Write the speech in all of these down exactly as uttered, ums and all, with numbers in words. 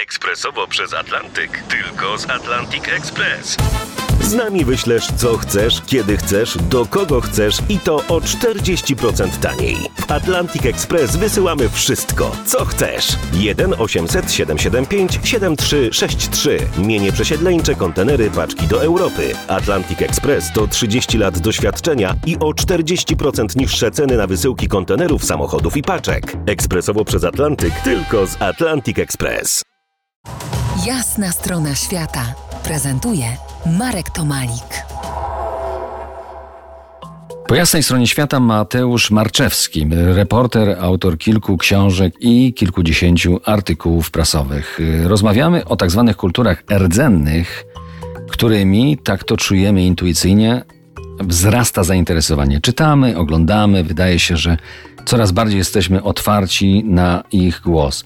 Ekspresowo przez Atlantyk. Tylko z Atlantic Express. Z nami wyślesz co chcesz, kiedy chcesz, do kogo chcesz i to o czterdzieści procent taniej. W Atlantic Express wysyłamy wszystko, co chcesz. jeden osiemset siedemset siedemdziesiąt pięć siedemdziesiąt trzy sześćdziesiąt trzy. Mienie przesiedleńcze, kontenery, paczki do Europy. Atlantic Express to trzydzieści lat doświadczenia i o czterdzieści procent niższe ceny na wysyłki kontenerów, samochodów i paczek. Ekspresowo przez Atlantyk, tylko z Atlantic Express. Jasna strona świata prezentuje Marek Tomalik. Po jasnej stronie świata Mateusz Marczewski, reporter, autor kilku książek i kilkudziesięciu artykułów prasowych. Rozmawiamy o tak zwanych kulturach rdzennych, którymi, tak to czujemy intuicyjnie, wzrasta zainteresowanie. Czytamy, oglądamy, wydaje się, że coraz bardziej jesteśmy otwarci na ich głos.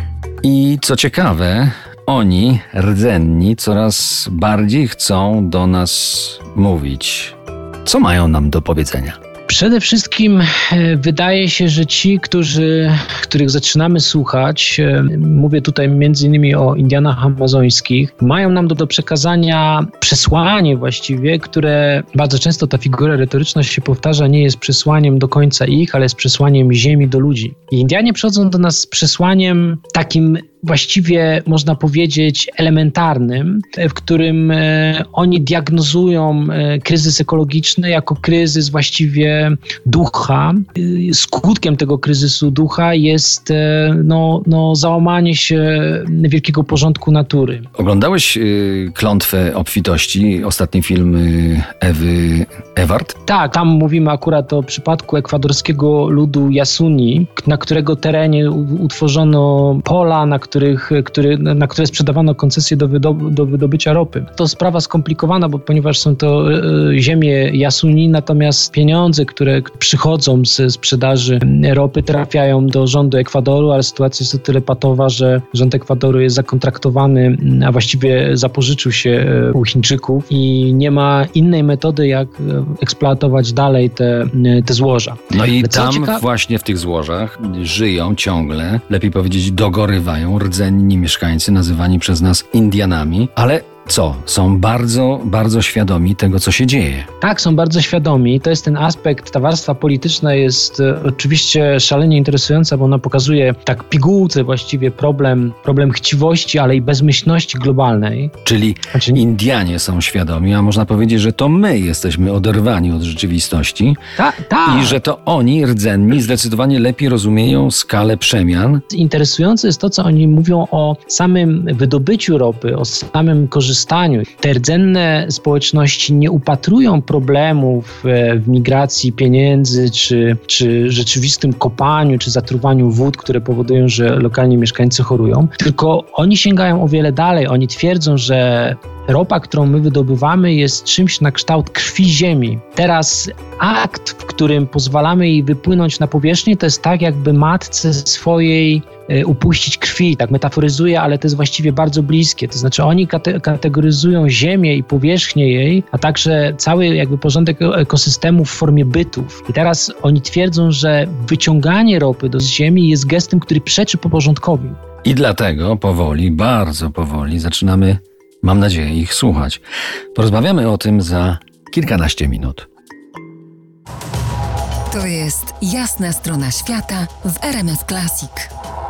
I co ciekawe, oni, rdzenni, coraz bardziej chcą do nas mówić. Co mają nam do powiedzenia? Przede wszystkim wydaje się, że ci, którzy, których zaczynamy słuchać, mówię tutaj między innymi o Indianach amazońskich, mają nam do, do przekazania przesłanie właściwie, które bardzo często ta figura retoryczna się powtarza, nie jest przesłaniem do końca ich, ale jest przesłaniem ziemi do ludzi. I Indianie przychodzą do nas z przesłaniem takim właściwie można powiedzieć elementarnym, w którym e, oni diagnozują e, kryzys ekologiczny jako kryzys właściwie ducha. E, skutkiem tego kryzysu ducha jest e, no, no, załamanie się wielkiego porządku natury. Oglądałeś y, Klątwę obfitości, ostatni film y, Ewy Ewart? Tak, tam mówimy akurat o przypadku ekwadorskiego ludu Yasuni, na którego terenie utworzono pola, na których, który, na które sprzedawano koncesje do, wydob- do wydobycia ropy. To sprawa skomplikowana, bo ponieważ są to e, ziemie Yasuni, natomiast pieniądze, które przychodzą ze sprzedaży ropy, trafiają do rządu Ekwadoru, ale sytuacja jest o tyle patowa, że rząd Ekwadoru jest zakontraktowany, a właściwie zapożyczył się u Chińczyków i nie ma innej metody, jak eksploatować dalej te, te złoża. No i Co tam cieka- właśnie w tych złożach żyją ciągle, lepiej powiedzieć dogorywają rdzenni mieszkańcy nazywani przez nas Indianami, ale co? Są bardzo, bardzo świadomi tego, co się dzieje. Tak, są bardzo świadomi. To jest ten aspekt, ta warstwa polityczna jest e, oczywiście szalenie interesująca, bo ona pokazuje tak pigułce właściwie problem, problem chciwości, ale i bezmyślności globalnej. Czyli Znaczy- Indianie są świadomi, a można powiedzieć, że to my jesteśmy oderwani od rzeczywistości Tak, tak. i że to oni, rdzenni, zdecydowanie lepiej rozumieją skalę przemian. Interesujące jest to, co oni mówią o samym wydobyciu ropy, o samym korzystaniu. Te rdzenne społeczności nie upatrują problemów w migracji pieniędzy, czy, czy rzeczywistym kopaniu, czy zatruwaniu wód, które powodują, że lokalni mieszkańcy chorują, tylko oni sięgają o wiele dalej. Oni twierdzą, że ropa, którą my wydobywamy, jest czymś na kształt krwi ziemi. Teraz akt, w którym pozwalamy jej wypłynąć na powierzchnię, to jest tak, jakby matce swojej e, upuścić krwi. Tak metaforyzuję, ale to jest właściwie bardzo bliskie. To znaczy oni kate- kategoryzują ziemię i powierzchnię jej, a także cały jakby porządek ekosystemu w formie bytów. I teraz oni twierdzą, że wyciąganie ropy do ziemi jest gestem, który przeczy porządkowi. I dlatego powoli, bardzo powoli zaczynamy, mam nadzieję, ich słuchać. Porozmawiamy o tym za kilkanaście minut. To jest Jasna strona świata w R M F Classic.